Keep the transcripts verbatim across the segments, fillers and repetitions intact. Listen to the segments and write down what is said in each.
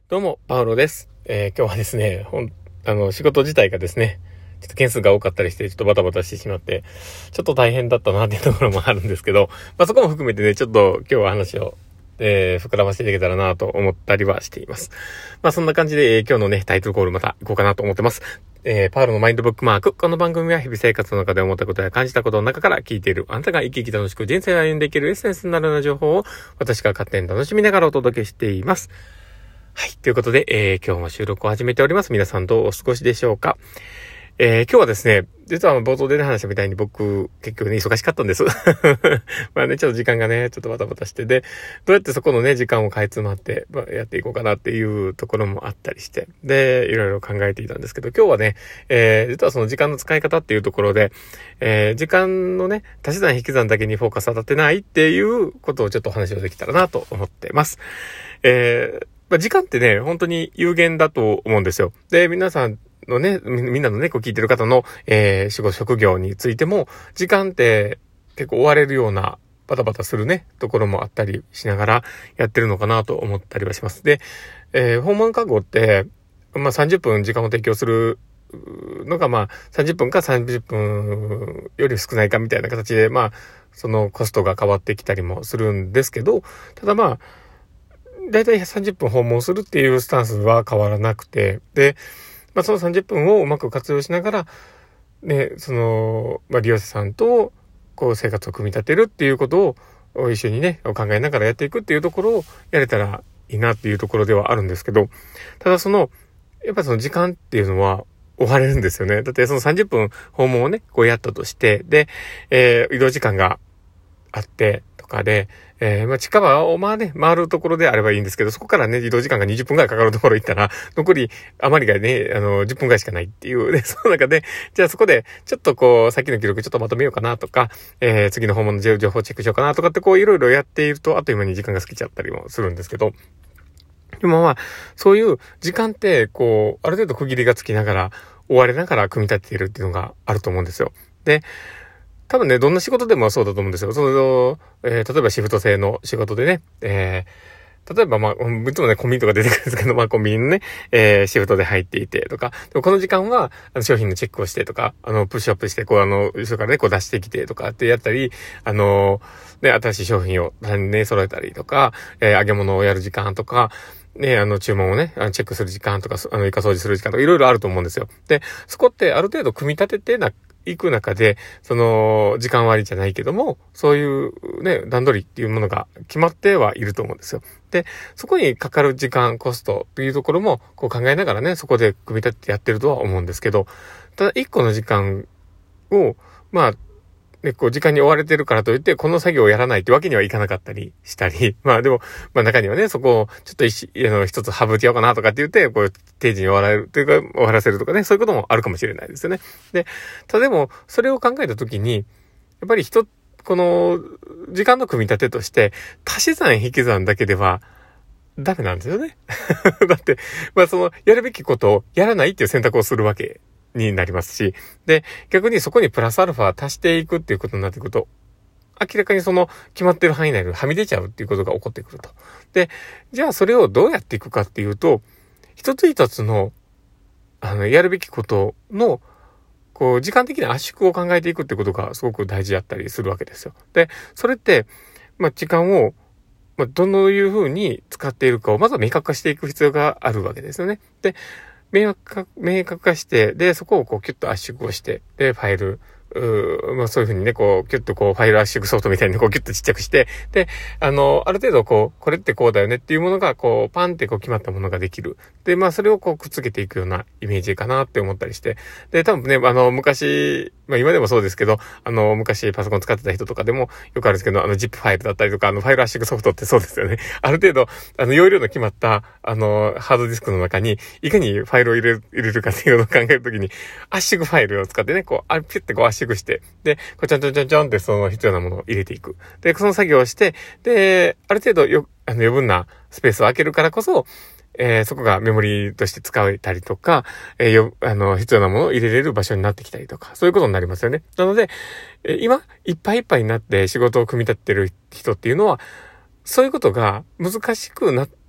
どうも、パウロです。えー、今日はですね、ほん、あの、仕事自体がですね、ちょっと件数が多かったりして、ちょっとバタバタしてしまって、ちょっと大変だったなっていうところもあるんですけど、まあ、そこも含めてね、ちょっと今日は話を、えー、膨らませていけたらなと思ったりはしています。まあ、そんな感じで、えー、今日のね、タイトルコールまた行こうかなと思ってます。えー、パウロのマインドブックマーク。この番組は日々生活の中で思ったことや感じたことの中から聞いているあなたが生き生き楽しく人生を歩んでいけるエッセンスになるような情報を私が勝手に楽しみながらお届けしています。はい。ということで、えー、今日も収録を始めております。皆さんどうお過ごしでしょうか。えー、今日はですね、実は冒頭でね話したみたいに僕、結局ね、忙しかったんです。まあね、ちょっと時間がね、ちょっとバタバタして、で、どうやってそこのね、時間をかいつまって、まあ、やっていこうかなっていうところもあったりして、で、いろいろ考えていたんですけど、今日はね、えー、実はその時間の使い方っていうところで、えー、時間のね、足し算引き算だけにフォーカス当たってないっていうことをちょっとお話をできたらなと思ってます。えーまあ、時間ってね、本当に有限だと思うんですよ。で、皆さんのね、みんなのね、こう聞いてる方の、えー、仕事、職業についても、時間って結構追われるような、バタバタするね、ところもあったりしながらやってるのかなと思ったりはします。で、えー、訪問看護って、まあ、さんじゅっぷん時間を提供するのが、まあ、さんじゅっぷんかさんじゅっぷんより少ないかみたいな形で、まあ、そのコストが変わってきたりもするんですけど、ただまあ、だいたいさんじゅっぷん訪問するっていうスタンスは変わらなくて、で、まあそのさんじゅっぷんをうまく活用しながら、ね、その、まあ利用者さんと、こう生活を組み立てるっていうことを一緒にね、考えながらやっていくっていうところをやれたらいいなっていうところではあるんですけど、ただその、やっぱその時間っていうのは追われるんですよね。だってそのさんじゅっぷん訪問をね、こうやったとして、で、えー、移動時間があって、とかで、えー、まあ、近場をまあね、回るところであればいいんですけど、そこからね、移動時間がにじゅっぷんくらいかかるところ行ったら、残り、余りがね、あの、じゅっぷんくらいしかないっていう、ね、その中で、じゃあそこで、ちょっとこう、さっきの記録ちょっとまとめようかなとか、えー、次の訪問の情報チェックしようかなとかって、こう、いろいろやっていると、あっという間に時間が過ぎちゃったりもするんですけど、でもまあ、そういう時間って、こう、ある程度区切りがつきながら、追われながら組み立てているっていうのがあると思うんですよ。で、多分ね、どんな仕事でもそうだと思うんですよ。その、えー、例えばシフト制の仕事でね、えー、例えばまあ、いつもね、コンビニとか出てくるんですけど、まあコンビニのね、えー、シフトで入っていてとか、でもこの時間は、あの商品のチェックをしてとか、あの、プッシュアップして、こう、あの、後ろからね、こう出してきてとかってやったり、あの、ね、新しい商品をね、揃えたりとか、えー、揚げ物をやる時間とか、ね、あの、注文をね、あのチェックする時間とか、あの、床掃除する時間とか、いろいろあると思うんですよ。で、そこってある程度組み立ててな、行く中で、その、時間割じゃないけども、そういうね、段取りっていうものが決まってはいると思うんですよ。で、そこにかかる時間、コストっていうところも、こう考えながらね、そこで組み立ててやってるとは思うんですけど、ただ一個の時間を、まあ、ね、こう時間に追われてるからといって、この作業をやらないってわけにはいかなかったりしたり、まあでも、まあ中にはね、そこをちょっと一、あの、一つ省けようかなとかって言って、こう、定時に終わられるというか、終わらせるとかね、そういうこともあるかもしれないですよね。で、ただでも、それを考えたときに、やっぱり人、この、時間の組み立てとして、足し算引き算だけでは、ダメなんですよね。だって、まあその、やるべきことをやらないっていう選択をするわけになりますし、で、逆にそこにプラスアルファ足していくっていうことになってくると、明らかにその決まってる範囲内ではみ出ちゃうっていうことが起こってくると。で、じゃあそれをどうやっていくかっていうと、一つ一つの、あの、やるべきことの、こう、時間的な圧縮を考えていくってことがすごく大事だったりするわけですよ。で、それって、まあ、時間を、まあ、どのいうふうに使っているかをまずは明確化していく必要があるわけですよね。で、明確化、明確化して、で、そこをこうキュッと圧縮をして、で、ファイル、うまあそういうふうにね、こう、キュッとこう、ファイル圧縮ソフトみたいにこう、キュッとちっちゃくして、で、あの、ある程度こう、これってこうだよねっていうものが、こう、パンってこう決まったものができる。で、まあそれをこう、くっつけていくようなイメージかなって思ったりして。で、多分ね、あの、昔、まあ今でもそうですけど、あの、昔パソコン使ってた人とかでもよくあるんですけど、あの、ジップ ファイルだったりとか、あの、ファイル圧縮ソフトってそうですよね。ある程度、あの、容量の決まった、あの、ハードディスクの中に、いかにファイルを入れる、入れるかっていうのを考えるときに、圧縮ファイルを使ってね、こう、あピュッてこう圧縮して、で、こうちょんちょんちょんちょんってその必要なものを入れていく。で、その作業をして、で、ある程度よ、あの余分なスペースを空けるからこそ、えー、そこがメモリとして使えたりとか、えー、よ、あの、必要なものを入れれる場所になってきたりとか、そういうことになりますよね。なので、えー、今、いっぱいいっぱいになって仕事を組み立ててる人っていうのは、そういうことが難しくなっ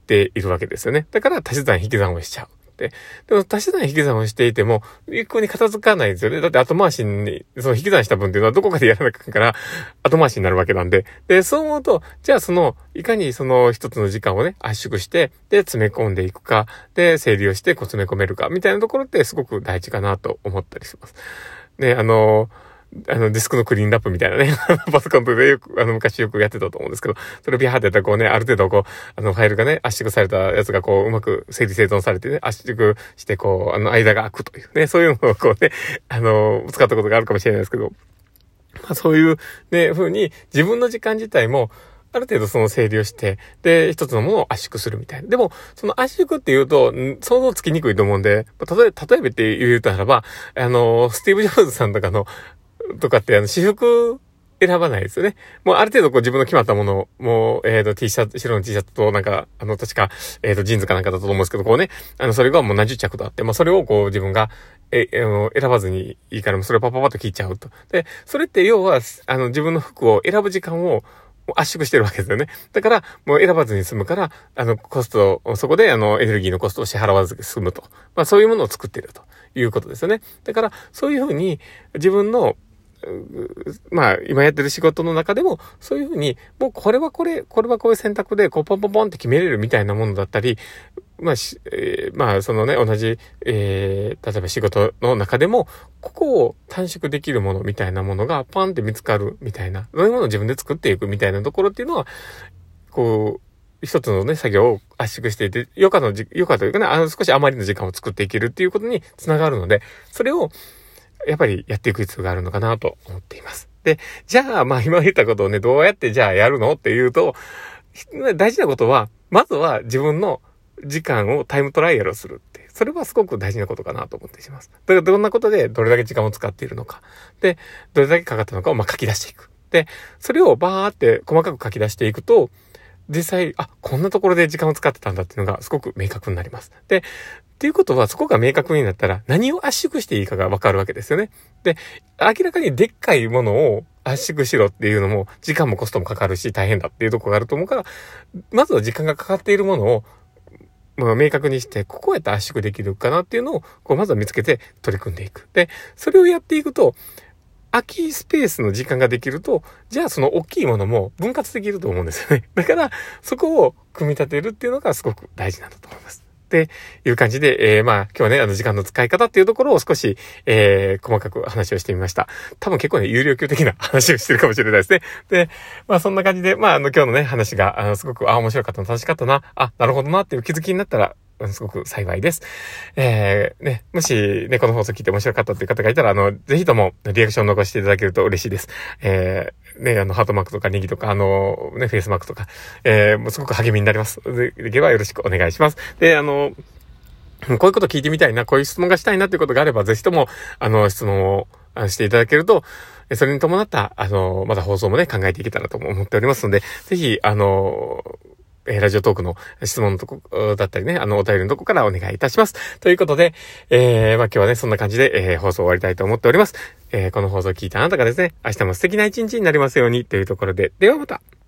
っているわけですよね。だから足し算引き算をしちゃう。で, でも足し算引き算をしていても一向に片付かないんですよね。だって後回しにその引き算した分っていうのはどこかでやらなきゃいけないから後回しになるわけなんで、でそう思うとじゃあそのいかにその一つの時間をね圧縮してで詰め込んでいくかで整理をしてこう詰め込めるかみたいなところってすごく大事かなと思ったりします。であのあの、ディスクのクリーンナップみたいなね、パソコンでよく、あの、昔よくやってたと思うんですけど、それをビャーってやったらこうね、ある程度こう、あの、ファイルがね、圧縮されたやつがこう、うまく整理整頓されてね、圧縮してこう、あの、間が空くというね、そういうのをこうね、あの、使ったことがあるかもしれないですけど、まあそういうね、風に自分の時間自体も、ある程度その整理をして、で、一つのものを圧縮するみたいな。でも、その圧縮って言うと、想像つきにくいと思うんで、例え、例えばって言うとならば、あの、スティーブ・ジョブズさんとかの、とかって、あの、私服選ばないですよね。もうある程度こう自分の決まったものを、もう、えっと、T シャツ、白の T シャツとなんか、あの、確か、えっと、ジーンズかなんかだったと思うんですけど、こうね、あの、それがもう何十着とあって、まあ、それをこう自分が、え、あの、選ばずにいいから、それをパパパッと切っちゃうと。で、それって要は、あの、自分の服を選ぶ時間を、圧縮してるわけですよね。だから、もう選ばずに済むから、あの、コスト、そこで、あの、エネルギーのコストを支払わずに済むと。まあ、そういうものを作っているということですよね。だから、そういうふうに、自分の、まあ、今やってる仕事の中でも、そういうふうに、もうこれはこれ、これはこういう選択で、こう、ポンポンポンって決めれるみたいなものだったり、まあ、し、えー、まあ、そのね、同じ、えー、例えば仕事の中でも、ここを短縮できるものみたいなものが、パンって見つかるみたいな、そういうものを自分で作っていくみたいなところっていうのは、こう、一つのね、作業を圧縮していて、余暇のじ、余暇というかね、あの、少し余りの時間を作っていけるっていうことにつながるので、それを、やっぱりやっていく必要があるのかなと思っています。で、じゃあ、まあ今言ったことをね、どうやってじゃあやるのっていうと、大事なことは、まずは自分の時間をタイムトライアルをするって。それはすごく大事なことかなと思ってします。だからどんなことでどれだけ時間を使っているのか。で、どれだけかかったのかをまあ書き出していく。で、それをバーって細かく書き出していくと、実際、あ、こんなところで時間を使ってたんだっていうのがすごく明確になります。で、っていうことは、そこが明確になったら、何を圧縮していいかがわかるわけですよね。で、明らかにでっかいものを圧縮しろっていうのも、時間もコストもかかるし、大変だっていうところがあると思うから、まずは時間がかかっているものを、まあ、明確にして、ここやったら圧縮できるかなっていうのを、こう、まずは見つけて取り組んでいく。で、それをやっていくと、空きスペースの時間ができると、じゃあその大きいものも分割できると思うんですよね。だから、そこを組み立てるっていうのがすごく大事なんだと思います。っていう感じで、えー、まあ今日はね、あの時間の使い方っていうところを少し、えー、細かく話をしてみました。多分結構ね、有料級的な話をしてるかもしれないですね。で、まあそんな感じで、まああの今日のね、話が、あのすごく、あ、面白かったな、楽しかったな、あ、なるほどなっていう気づきになったら、すごく幸いです。えー、ね、もしね、この放送聞いて面白かったっていう方がいたら、あの、ぜひともリアクション残していただけると嬉しいです。えー、ね、あの、ハートマークとかネギとか、あの、ね、フェイスマークとか、えー、もうすごく励みになります。で、できればよろしくお願いします。で、あの、こういうこと聞いてみたいな、こういう質問がしたいなっていうことがあれば、ぜひとも、あの、質問をしていただけると、それに伴った、あの、また放送もね、考えていけたらと思っておりますので、ぜひ、あの、えー、ラジオトークの質問のとこだったりね、あの、お便りのとこからお願いいたします。ということで、えー、まあ今日はね、そんな感じで、えー、放送を終わりたいと思っております。えー、この放送を聞いたあなたがですね、明日も素敵な一日になりますようにというところで、ではまた。